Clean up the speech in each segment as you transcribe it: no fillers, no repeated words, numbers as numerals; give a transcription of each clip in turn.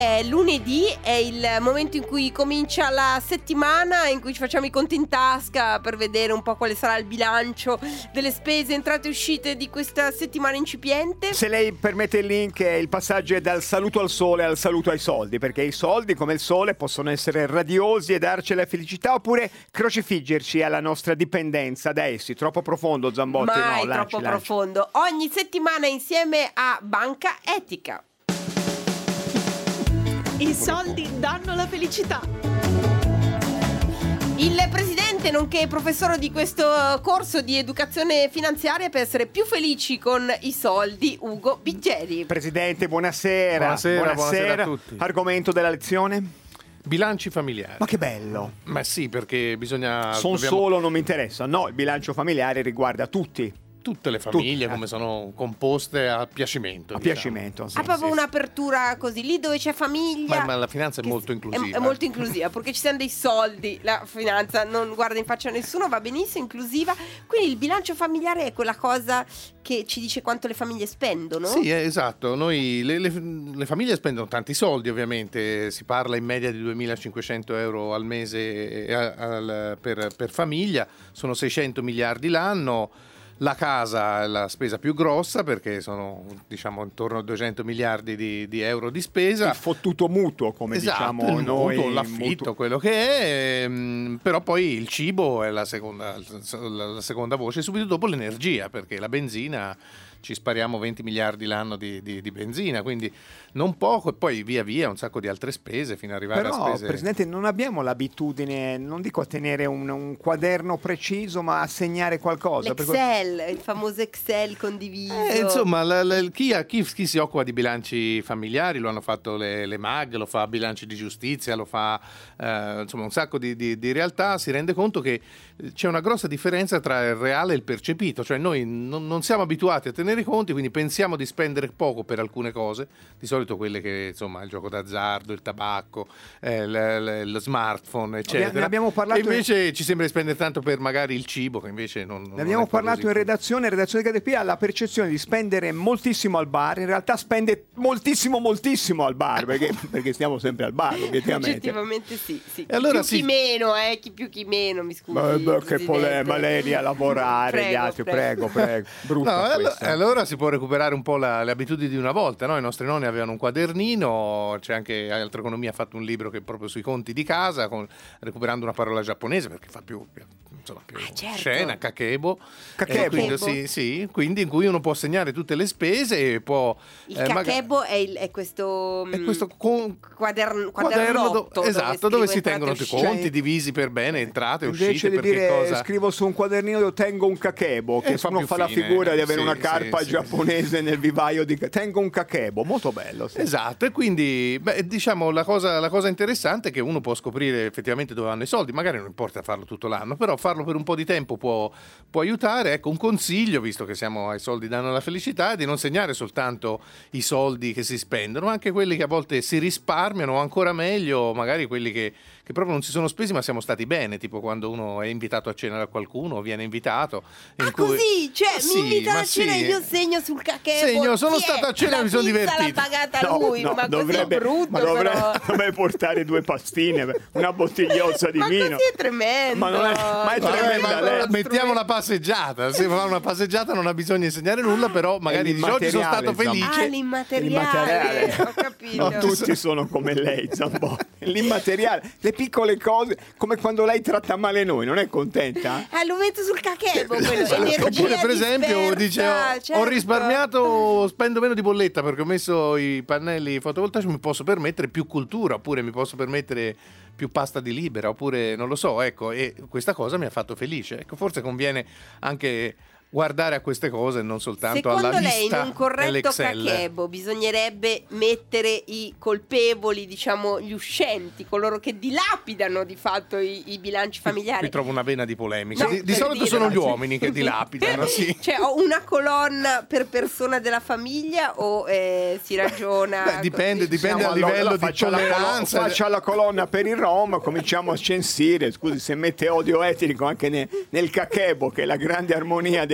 Lunedì è il momento in cui comincia la settimana, in cui ci facciamo i conti in tasca per vedere un po' quale sarà il bilancio delle spese, entrate e uscite di questa settimana incipiente. Se lei permette il link, il passaggio è dal saluto al sole al saluto ai soldi, perché i soldi, come il sole, possono essere radiosi e darci la felicità, oppure crocifiggerci alla nostra dipendenza da essi. Troppo profondo, Zambotti? Mai no, troppo profondo. Ogni settimana insieme a Banca Etica. I soldi danno la felicità. Il presidente, nonché professore di questo corso di educazione finanziaria per essere più felici con i soldi, Ugo Biggeri. Presidente, buonasera. Buonasera a tutti. Argomento della lezione? Bilanci familiari. Ma che bello. Ma sì, perché bisogna... Solo non mi interessa. No, il bilancio familiare riguarda tutti. Tutte le famiglie come sono composte a piacimento. A piacimento, sì. Ha proprio un'apertura così, lì dove c'è famiglia. Ma la finanza è molto inclusiva. È molto inclusiva, perché ci siano dei soldi, la finanza non guarda in faccia a nessuno, va benissimo, inclusiva. Quindi il bilancio familiare è quella cosa che ci dice quanto le famiglie spendono? Sì, esatto. Noi le famiglie spendono tanti soldi, ovviamente. Si parla in media di 2.500 euro al mese per famiglia, sono 600 miliardi l'anno. La casa è la spesa più grossa perché sono intorno a 200 miliardi di euro di spesa. Il fottuto mutuo, come diciamo il noi. Mutuo, l'affitto, quello che è. Però poi il cibo è la seconda voce, subito dopo l'energia, perché la benzina ci spariamo 20 miliardi l'anno di benzina, quindi non poco, e poi via via un sacco di altre spese fino ad arrivare a spese. Però, Presidente, non abbiamo l'abitudine, non dico a tenere un quaderno preciso, ma a segnare qualcosa. L'Excel, il famoso Excel condiviso. Insomma, chi si occupa di bilanci familiari, lo hanno fatto le MAG, lo fa bilanci di giustizia, lo fa insomma un sacco di realtà, si rende conto che c'è una grossa differenza tra il reale e il percepito, cioè noi non siamo abituati a tenere i conti, quindi pensiamo di spendere poco per alcune cose, di solito quelle che insomma il gioco d'azzardo, il tabacco, lo smartphone, eccetera. Ne abbiamo parlato, e invece ci sembra di spendere tanto per magari il cibo, che invece non ne abbiamo parlato in redazione di KDP ha la percezione di spendere moltissimo al bar, in realtà spende moltissimo al bar, perché stiamo sempre al bar, obiettivamente. Oggettivamente sì. E allora chi meno, chi più chi meno, mi scusi. Che polemica, lei lì a lavorare, gli altri, prego. Brutta questa. Allora si può recuperare un po' le abitudini di una volta, no? I nostri nonni avevano un quadernino, c'è anche Altra Economia ha fatto un libro che è proprio sui conti di casa, recuperando una parola giapponese perché fa più certo. scena, kakebo. Quindi in cui uno può segnare tutte le spese e può... Il kakebo è questo quadernotto. Esatto, dove si tengono i conti divisi per bene, entrate, uscite. Invece di dire scrivo su un quadernino io tengo un kakebo, che uno fa la figura di avere una carpa giapponese nel vivaio tengo un kakebo, molto bello. Sì. Esatto, e quindi diciamo la cosa interessante è che uno può scoprire effettivamente dove vanno i soldi, magari non importa farlo tutto l'anno, però farlo per un po' di tempo può aiutare. Ecco, un consiglio, visto che siamo ai soldi danno la felicità, è di non segnare soltanto i soldi che si spendono, ma anche quelli che a volte si risparmiano, o ancora meglio magari quelli che proprio non si sono spesi ma siamo stati bene, tipo quando uno è invitato a cena da qualcuno, viene invitato così, cioè mi invitano a cena e io segno sul kakebo, sono stato a cena e mi sono divertito, l'ha pagata lui, ma dovrebbe, così è brutto, dovrebbe portare 2 pastine, una bottigliozza di vino, così è tremendo, ma non è tremenda. Mettiamo la passeggiata, se fa una passeggiata non ha bisogno di insegnare nulla, però magari dice oggi sono stato felice. L'immateriale, ho capito. Non tutti sono come lei, Zambotti. L'immateriale, le piccole cose, come quando lei tratta male noi, non è contenta? Lo metto sul kakebo, Oppure per esempio dice ho risparmiato, spendo meno di bolletta perché ho messo i pannelli fotovoltaici, mi posso permettere più cultura, oppure mi posso permettere più pasta di libera, oppure non lo so, ecco, e questa cosa mi ha fatto felice. Ecco, forse conviene anche guardare a queste cose e non soltanto alla lista. Secondo lei in un corretto kakebo bisognerebbe mettere i colpevoli, diciamo gli uscenti, coloro che dilapidano di fatto i bilanci familiari? Qui trovo una vena di polemica. No, di solito sono gli uomini che dilapidano, sì. Cioè ho una colonna per persona della famiglia o si ragiona? Dipende Diciamo, a livello di tolleranza. Faccia la colonna per il Rom, cominciamo a censire. Scusi, se mette odio etnico anche nel kakebo, che è la grande armonia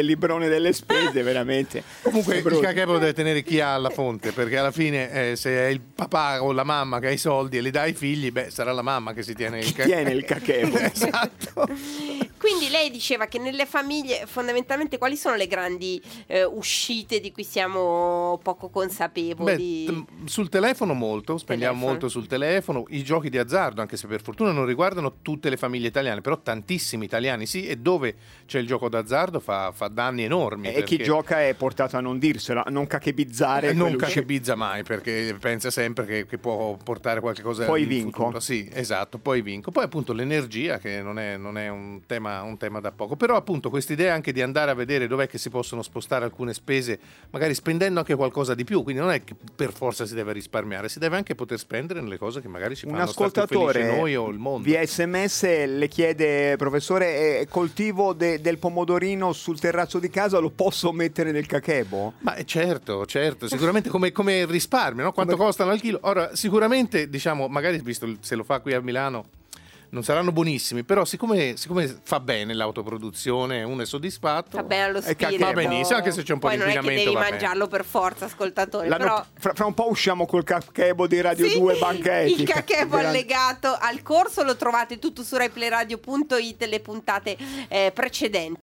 librone delle spese, veramente. Comunque è il brutto. kakebo lo deve tenere chi ha la fonte, perché alla fine se è il papà o la mamma che ha i soldi e li dà ai figli, sarà la mamma che si tiene il kakebo. Tiene il kakebo. Esatto. Quindi lei diceva che nelle famiglie fondamentalmente quali sono le grandi uscite di cui siamo poco consapevoli? Sul telefono molto, spendiamo molto sul telefono, i giochi di azzardo, anche se per fortuna non riguardano tutte le famiglie italiane, però tantissimi italiani sì, e dove c'è il gioco d'azzardo fa danni enormi. E chi gioca è portato a non dirselo, a non cachebizzare. Non cachebizza mai, perché pensa sempre che può portare qualche cosa poi in vinco. futuro. Sì, esatto, poi vinco. Poi appunto l'energia, che non è un tema da poco, però appunto quest'idea anche di andare a vedere dov'è che si possono spostare alcune spese, magari spendendo anche qualcosa di più, quindi non è che per forza si deve risparmiare, si deve anche poter spendere nelle cose che magari ci Un fanno stare più ascoltatore felici noi o il mondo. via SMS le chiede: professore, coltivo del pomodorino sul terrazzo di casa, lo posso mettere nel kakebo? Ma certo, sicuramente come risparmio, no? Quanto costano al chilo? Ora, sicuramente, diciamo, magari visto se lo fa qui a Milano non saranno buonissimi, però siccome fa bene l'autoproduzione, uno è soddisfatto. Fa bene allo spirito. Va benissimo, anche se c'è un po' Poi di non è che inquinamento. devi va mangiarlo per forza, ascoltatore. Fra un po' usciamo col kakebo di Radio Sì, 2 Banca Etica. il kakebo allegato al corso lo trovate tutto su RaiPlayRadio.it, le puntate precedenti.